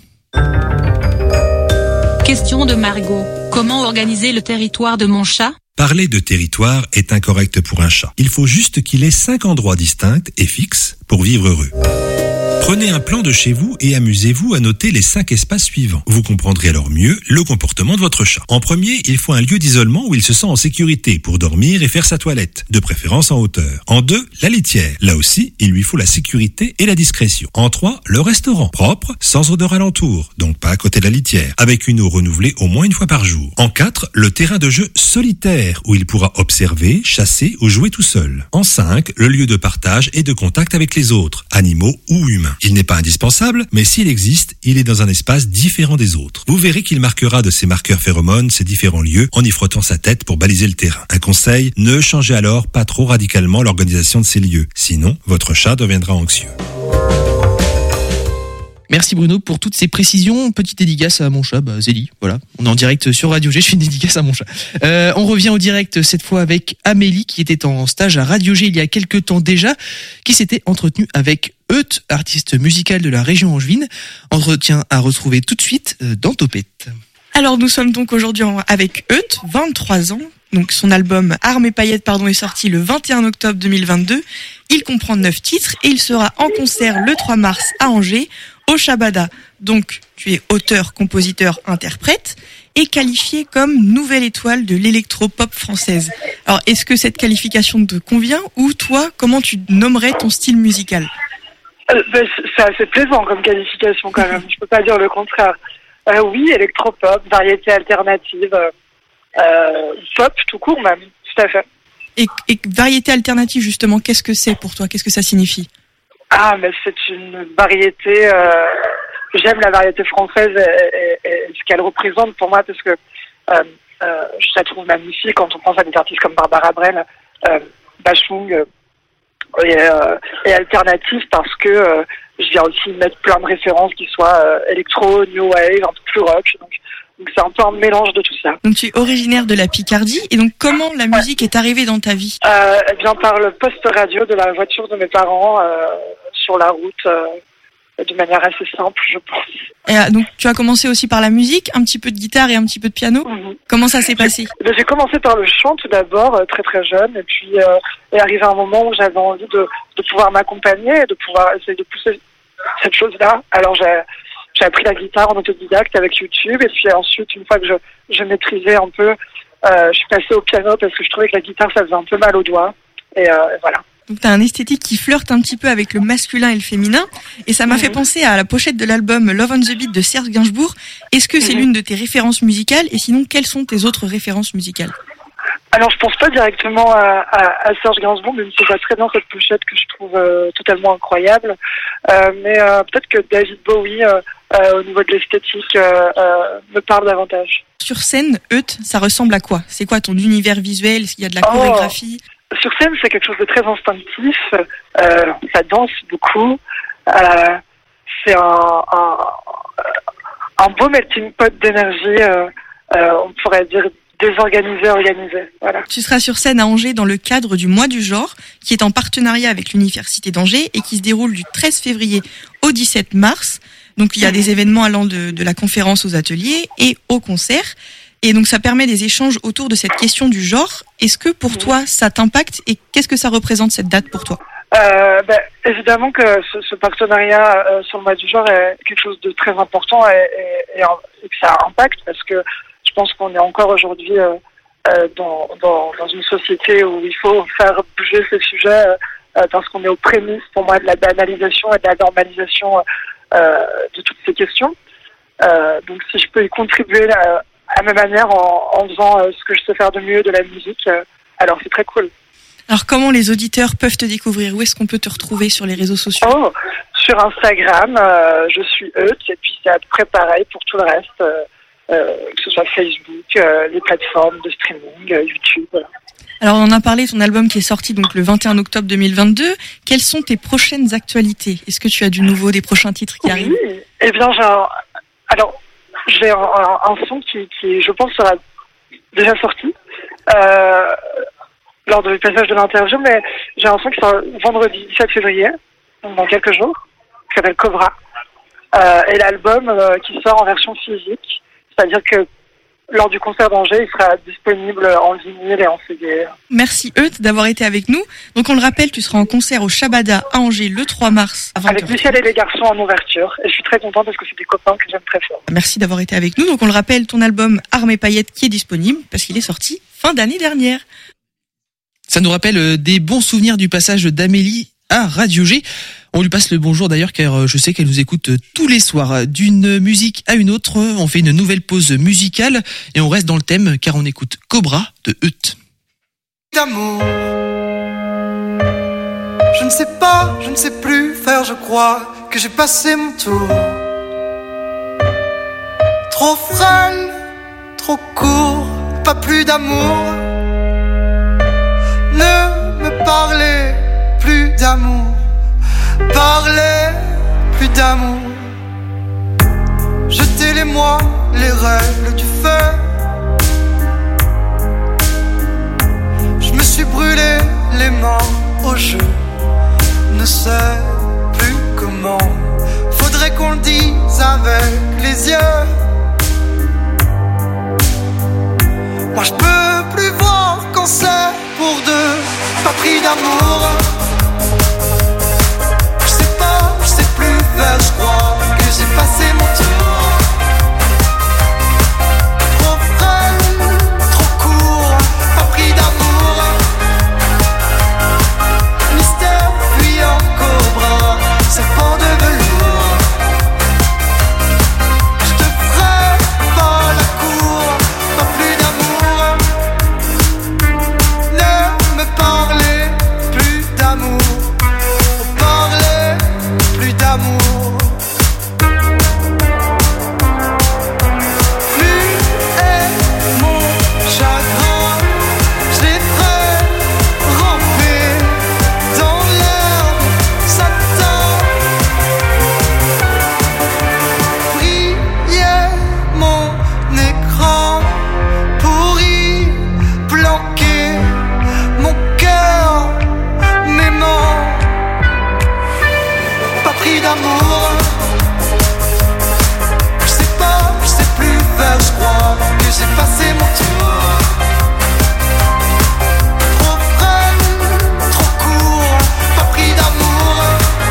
Question de Margot. Comment organiser le territoire de mon chat ? Parler de territoire est incorrect pour un chat. Il faut juste qu'il ait cinq endroits distincts et fixes pour vivre heureux. Prenez un plan de chez vous et amusez-vous à noter les cinq espaces suivants. Vous comprendrez alors mieux le comportement de votre chat. En premier, il faut un lieu d'isolement où il se sent en sécurité pour dormir et faire sa toilette, de préférence en hauteur. En deux, la litière. Là aussi, il lui faut la sécurité et la discrétion. En trois, le restaurant. Propre, sans odeur alentour, donc pas à côté de la litière, avec une eau renouvelée au moins une fois par jour. En quatre, le terrain de jeu solitaire, où il pourra observer, chasser ou jouer tout seul. En cinq, le lieu de partage et de contact avec les autres, animaux ou humains. Il n'est pas indispensable, mais s'il existe, il est dans un espace différent des autres. Vous verrez qu'il marquera de ses marqueurs phéromones ces différents lieux en y frottant sa tête pour baliser le terrain. Un conseil, ne changez alors pas trop radicalement l'organisation de ces lieux, sinon votre chat deviendra anxieux. Merci Bruno pour toutes ces précisions. Petite dédicace à mon chat, bah, Zélie. Voilà, on est en direct sur Radio G. Je fais une dédicace à mon chat. Euh, on revient au direct cette fois avec Amélie qui était en stage à Radio G il y a quelques temps déjà, qui s'était entretenue avec Eut, artiste musical de la région angevine. Entretien à retrouver tout de suite dans Topette. Alors nous sommes donc aujourd'hui avec Eut, vingt-trois ans. Donc son album Armes et Paillettes pardon est sorti le vingt et un octobre deux mille vingt-deux. Il comprend neuf titres et il sera en concert le trois mars à Angers au Shabada. Donc tu es auteur, compositeur, interprète et qualifié comme nouvelle étoile de l'électro-pop française. Alors est-ce que cette qualification te convient ou toi comment tu nommerais ton style musical ? euh, ben, C'est assez plaisant comme qualification quand même, je peux pas dire le contraire. Euh, oui, électro-pop, variété alternative. Euh... Euh, pop tout court même, tout à fait. Et, et variété alternative justement, qu'est-ce que c'est pour toi ? Qu'est-ce que ça signifie ? Ah, mais c'est une variété. Euh, j'aime la variété française et, et, et ce qu'elle représente pour moi parce que euh, euh, je la trouve magnifique quand on pense à des artistes comme Barbara Brel, euh, Bachung euh, et, euh, et alternative parce que euh, je viens aussi mettre plein de références qui soient euh, électro, new wave, un peu plus rock. Donc Donc c'est un peu un mélange de tout ça. Donc tu es originaire de la Picardie et donc comment la musique ouais. est arrivée dans ta vie ? euh, Eh bien par le poste radio de la voiture de mes parents euh, sur la route, euh, de manière assez simple, je pense. Et euh, donc tu as commencé aussi par la musique, un petit peu de guitare et un petit peu de piano. Mm-hmm. Comment ça s'est passé ? j'ai, j'ai commencé par le chant tout d'abord, euh, très très jeune, et puis euh, est arrivé un moment où j'avais envie de, de pouvoir m'accompagner, de pouvoir essayer de pousser cette chose-là. Alors j'ai J'ai appris la guitare en autodidacte avec YouTube et puis ensuite, une fois que je, je maîtrisais un peu, euh, je suis passée au piano parce que je trouvais que la guitare, ça faisait un peu mal aux doigts. Et euh, voilà. Donc tu as un esthétique qui flirte un petit peu avec le masculin et le féminin. Et ça m'a mmh. fait penser à la pochette de l'album Love on the Beat de Serge Gainsbourg. Est-ce que c'est mmh. l'une de tes références musicales ? Et sinon, quelles sont tes autres références musicales ? Alors, je pense pas directement à, à, à Serge Gainsbourg, même si c'est très bien cette pochette que je trouve euh, totalement incroyable. Euh, mais euh, peut-être que David Bowie, euh, euh, au niveau de l'esthétique, euh, euh, me parle davantage. Sur scène, Eut, ça ressemble à quoi ? C'est quoi ton univers visuel ? Est-ce qu'il y a de la oh, chorégraphie ? Sur scène, c'est quelque chose de très instinctif. Euh, ça danse beaucoup. Euh, c'est un, un, un beau melting pot d'énergie, euh, euh, on pourrait dire désorganisé, organisé. Voilà. Tu seras sur scène à Angers dans le cadre du Mois du Genre, qui est en partenariat avec l'Université d'Angers et qui se déroule du treize février au dix-sept mars. Donc il y a des événements allant de, de la conférence aux ateliers et aux concerts. Et donc ça permet des échanges autour de cette question du genre. Est-ce que pour toi ça t'impacte et qu'est-ce que ça représente cette date pour toi ? Euh, ben, évidemment que ce, ce partenariat euh, sur le Mois du Genre est quelque chose de très important et, et, et, et que ça impacte parce que je pense qu'on est encore aujourd'hui euh, euh, dans, dans, dans une société où il faut faire bouger ces sujets euh, parce qu'on est aux prémices, pour moi, de la banalisation et de la normalisation euh, de toutes ces questions. Euh, donc si je peux y contribuer euh, à ma manière en, en faisant euh, ce que je sais faire de mieux, de la musique, euh, alors c'est très cool. Alors comment les auditeurs peuvent te découvrir ? Où est-ce qu'on peut te retrouver sur les réseaux sociaux ? Oh, sur Instagram, euh, je suis Eut, et puis c'est à peu près pareil pour tout le reste. Euh, Euh, que ce soit Facebook, euh, les plateformes de streaming, euh, YouTube. Voilà. Alors on en a parlé, ton album qui est sorti donc le vingt et un octobre deux mille vingt-deux. Quelles sont tes prochaines actualités ? Est-ce que tu as du nouveau, des prochains titres qui oui. arrivent ? Eh bien, j'ai un, alors j'ai un, un, un son qui, qui, je pense, sera déjà sorti euh, lors du passage de l'interview, mais j'ai un son qui sort vendredi dix-sept février, donc dans quelques jours, qui s'appelle Cobra, euh, et l'album euh, qui sort en version physique. C'est-à-dire que lors du concert d'Angers, il sera disponible en vinyle et en C D. Merci Eut d'avoir été avec nous. Donc on le rappelle, tu seras en concert au Shabada à Angers le trois mars à vingt heures. Avec Michel et les garçons en ouverture. Et je suis très contente parce que c'est des copains que j'aime très fort. Merci d'avoir été avec nous. Donc on le rappelle, ton album Armes et Paillettes qui est disponible parce qu'il est sorti fin d'année dernière. Ça nous rappelle des bons souvenirs du passage d'Amélie à Radio G. On lui passe le bonjour d'ailleurs car je sais qu'elle nous écoute tous les soirs. D'une musique à une autre, on fait une nouvelle pause musicale et on reste dans le thème car on écoute Cobra de Eut. D'amour, je ne sais pas, je ne sais plus faire, je crois que j'ai passé mon tour. Trop frêle, trop court, pas plus d'amour. Ne me parlez plus d'amour. Parlez plus d'amour, Rappelez-moi les règles du feu. Je me suis brûlé les mains au jeu. Ne sais plus comment. Faudrait qu'on le dise avec les yeux. Moi je peux plus voir quand c'est pour deux. Pas pris d'amour. Je sais pas, je sais plus faire, je crois que j'ai passé mon tour. Trop frais, trop court, pas pris d'amour. Mystère puis en cobra, serpent de velours. Je te ferai pas la cour, pas plus d'amour. Ne me parlez plus d'amour. Parlez plus d'amour. D'amour. Je sais pas, je sais plus faire, je crois que j'ai passé mon tour. Trop frais, trop court, pas pris d'amour.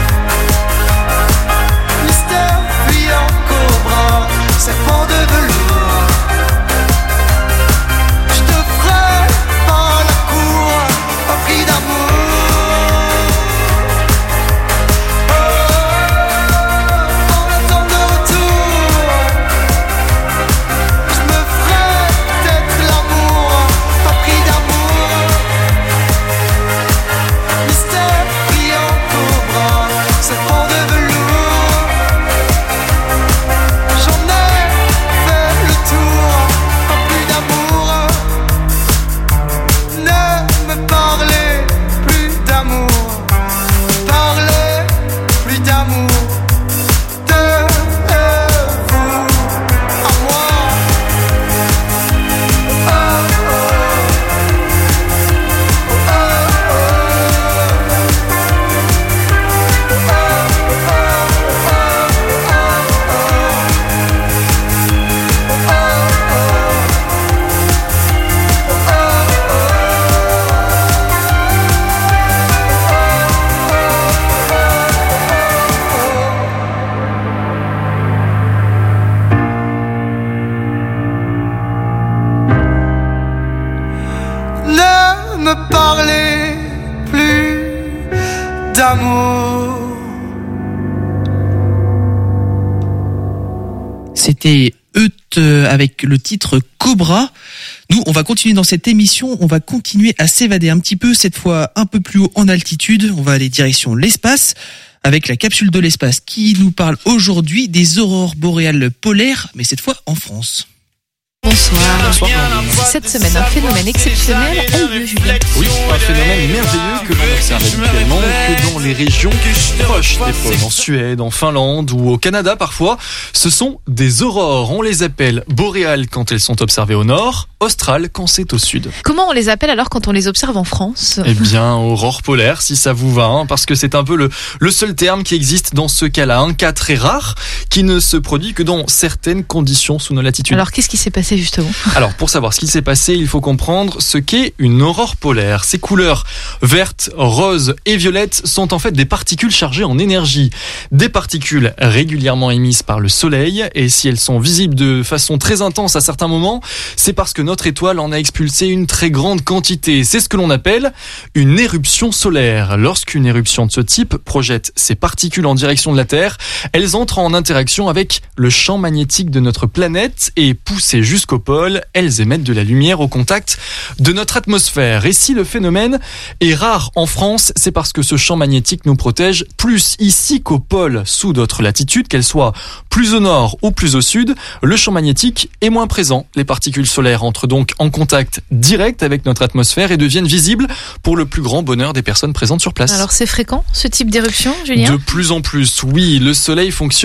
Mystère puis en cobra, serpent de velours. Je te ferai pas la cour, pas pris d'amour. C'était Eut avec le titre Cobra. Nous, on va continuer dans cette émission, on va continuer à s'évader un petit peu, cette fois un peu plus haut en altitude. On va aller direction l'espace avec la capsule de l'espace qui nous parle aujourd'hui des aurores boréales polaires, mais cette fois en France. Bonsoir. Bonsoir. Cette semaine, un phénomène exceptionnel a eu lieu, Julien. Oui, un phénomène merveilleux que l'on observe habituellement que dans les régions proches des pôles, en Suède, en Finlande ou au Canada parfois. Ce sont des aurores. On les appelle boréales quand elles sont observées au nord, australes quand c'est au sud. Comment on les appelle alors quand on les observe en France ? Eh bien, aurore polaire, si ça vous va, hein, parce que c'est un peu le, le seul terme qui existe dans ce cas-là. Un cas très rare qui ne se produit que dans certaines conditions sous nos latitudes. Alors, qu'est-ce qui s'est passé justement ? Alors, pour savoir ce qui s'est passé, il faut comprendre ce qu'est une aurore polaire. Ces couleurs vertes, roses et violettes sont en fait des particules chargées en énergie. Des particules régulièrement émises par le soleil, et si elles sont visibles de façon très intense à certains moments, c'est parce que notre étoile en a expulsé une très grande quantité. C'est ce que l'on appelle une éruption solaire. Lorsqu'une éruption de ce type projette ces particules en direction de la Terre, elles entrent en interaction avec le champ magnétique de notre planète et poussées jusqu'au pôle, elles émettent de la lumière au contact de notre atmosphère. Et si le phénomène est rare en France, c'est parce que ce champ magnétique nous protège plus ici qu'au pôle. Sous d'autres latitudes, qu'elles soient plus au nord ou plus au sud, le champ magnétique est moins présent. Les particules solaires entrent donc en contact direct avec notre atmosphère et deviennent visibles pour le plus grand bonheur des personnes présentes sur place. Alors c'est fréquent ce type d'éruption, Julien ? De plus en plus, oui. Le soleil fonctionne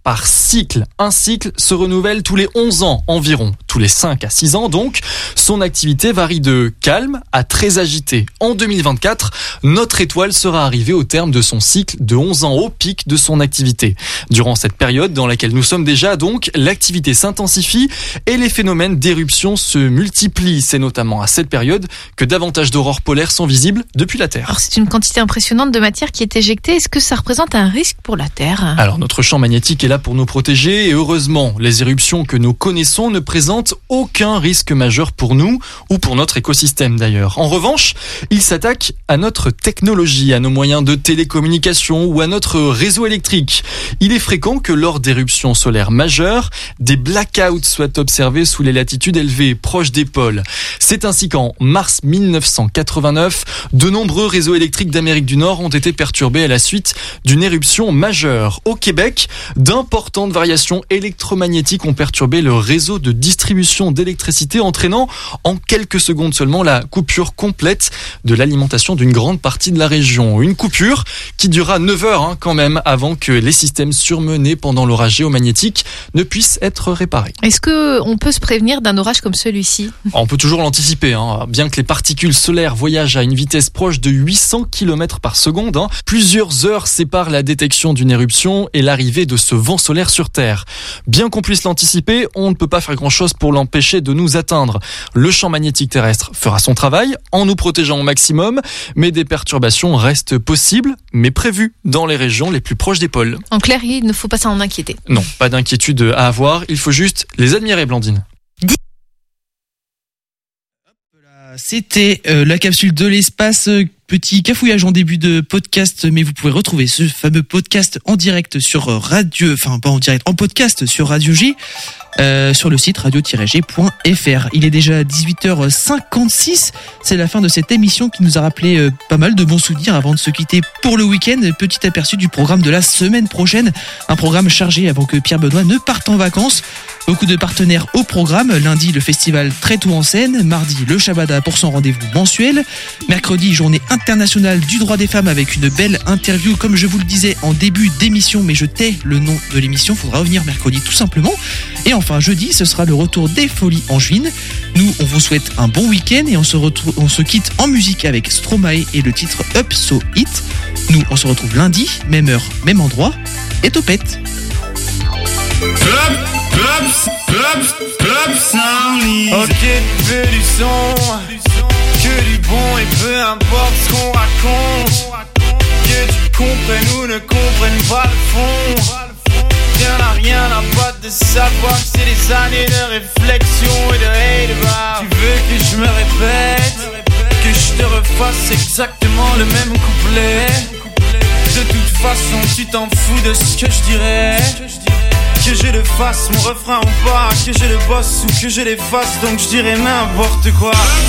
par cycle. Un cycle se renouvelle tous les onze ans environ, tous les cinq à six ans donc. Son activité varie de calme à très agitée. En deux mille vingt-quatre, notre étoile sera arrivée au terme de son cycle de onze ans, au pic de son activité. Durant cette période dans laquelle nous sommes déjà donc, l'activité s'intensifie et les phénomènes d'éruption se multiplient. C'est notamment à cette période que davantage d'aurores polaires sont visibles depuis la Terre. Alors c'est une quantité impressionnante de matière qui est éjectée. Est-ce que ça représente un risque pour la Terre ? Alors notre champ magnétique est là pour nous protéger et heureusement, les éruptions que nous connaissons ne présentent aucun risque majeur pour nous ou pour notre écosystème d'ailleurs. En revanche, il s'attaque à notre technologie, à nos moyens de télécommunication ou à notre réseau électrique. Il est fréquent que lors d'éruptions solaires majeures, des blackouts soient observés sous les latitudes élevées, proches des pôles. C'est ainsi qu'en mars mille neuf cent quatre-vingt-neuf, de nombreux réseaux électriques d'Amérique du Nord ont été perturbés à la suite d'une éruption majeure. Au Québec, d'importantes variations électromagnétiques ont perturbé le réseau de distribution d'électricité, entraînant en quelques secondes seulement la coupure complète de l'alimentation d'une grande partie de la région. Une coupure qui durera neuf heures hein, quand même avant que les systèmes surmenés pendant l'orage géomagnétique ne puissent être réparés. Est-ce qu'on peut se prévenir d'un orage comme celui-ci ? On peut toujours l'anticiper, hein. Bien que les particules solaires voyagent à une vitesse proche de huit cents kilomètres par seconde, hein, plusieurs heures séparent la détection d'une éruption et l'arrivée de ce vent solaire sur Terre. Bien qu'on puisse l'anticiper, on ne peut pas faire grand-chose pour l'empêcher de nous atteindre. Le champ magnétique terrestre fera son travail en nous protégeant au maximum, mais des perturbations restent possibles, mais prévues dans les régions les plus proches des pôles. En clair, il ne faut pas s'en inquiéter. Non, pas d'inquiétude à avoir, il faut juste les admirer, Blandine. C'était euh, la capsule de l'espace. Petit cafouillage en début de podcast, mais vous pouvez retrouver ce fameux podcast en direct sur radio, enfin pas en direct, en podcast sur Radio G, euh, sur le site radio tiret g point f r. Il est déjà dix-huit heures cinquante-six. C'est la fin de cette émission qui nous a rappelé euh, pas mal de bons souvenirs avant de se quitter pour le week-end. Petit aperçu du programme de la semaine prochaine. Un programme chargé avant que Pierre Benoît ne parte en vacances. Beaucoup de partenaires au programme. Lundi, le festival Très Tôt en scène. Mardi, le Shabada pour son rendez-vous mensuel. Mercredi, journée internationale du droit des femmes avec une belle interview, comme je vous le disais en début d'émission, mais je tais le nom de l'émission. Faudra revenir mercredi tout simplement. Et enfin, jeudi, ce sera le retour des Folies Angevines. Nous, on vous souhaite un bon week-end et on se retrouve, on se quitte en musique avec Stromae et le titre Up So Hit. Nous, on se retrouve lundi, même heure, même endroit, et topette. Club, club, club, club, Saint-Louis. Ok, tu veux du son, que du bon et peu importe ce qu'on raconte. Que tu comprennes ou ne comprennes pas le fond. Y'en a rien à battre de savoir que c'est des années de réflexion et de hate. Tu veux que je me répète, que je te refasse exactement le même couplet. De toute façon tu t'en fous de ce que je dirais. Que je le fasse mon refrain ou pas, que je le bosse ou que je l'efface, donc je dirais n'importe quoi.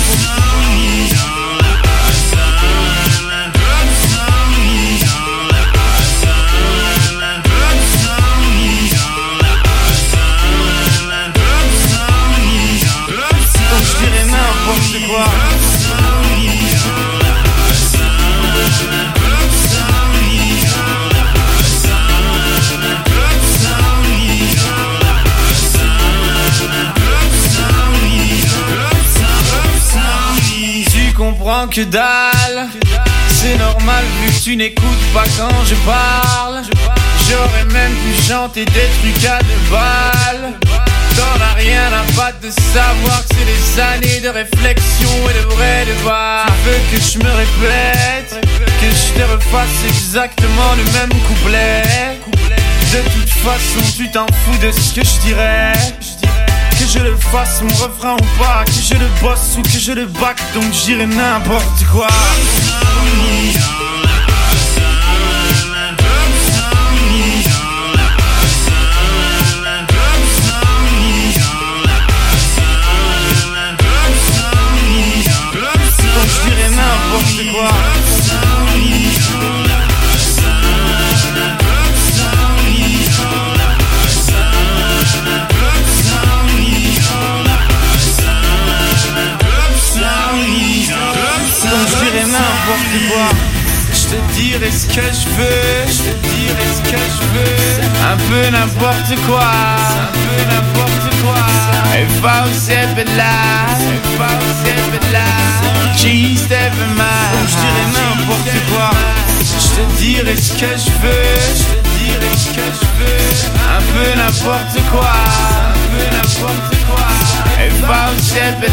Donc je dirais n'importe quoi. Comprends que dalle, c'est normal vu que tu n'écoutes pas quand je parle. J'aurais même pu chanter des trucs à deux balles. T'en as rien à battre de savoir que c'est des années de réflexion et de vrai débat. Tu veux que je me répète, que je te refasse exactement le même couplet. De toute façon tu t'en fous de ce que je dirais. Que je le fasse mon refrain ou pas, que je le bosse ou que je le back, donc j'irai n'importe quoi. Donc je dirai n'importe quoi. Donc je dirais n'importe quoi. Je te dirai ce que je veux, je te dirai ce que je veux. Un peu n'importe quoi. C'est un peu n'importe quoi. If I was stepping live, if I was stepping live, G stepping mine. Je dirais n'importe quoi. Je te dirais ce que je veux. Je te dirais ce que je veux. Un peu n'importe quoi. Un peu n'importe quoi. If I was stepping